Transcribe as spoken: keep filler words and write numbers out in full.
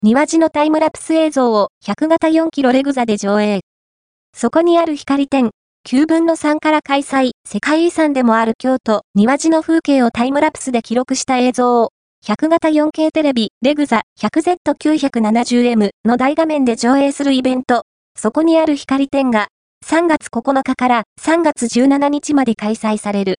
庭地のタイムラプス映像をひゃく型よんキロレグザで上映。そこにある光点、きゅうぶんのさんから開催、世界遺産でもある京都、庭地の風景をタイムラプスで記録した映像を、ひゃく型 よんケー テレビ、レグザ ひゃくゼットきゅうひゃくななじゅうエム の大画面で上映するイベント、そこにある光点が、さんがつここのかからさんがつじゅうしちにちまで開催される。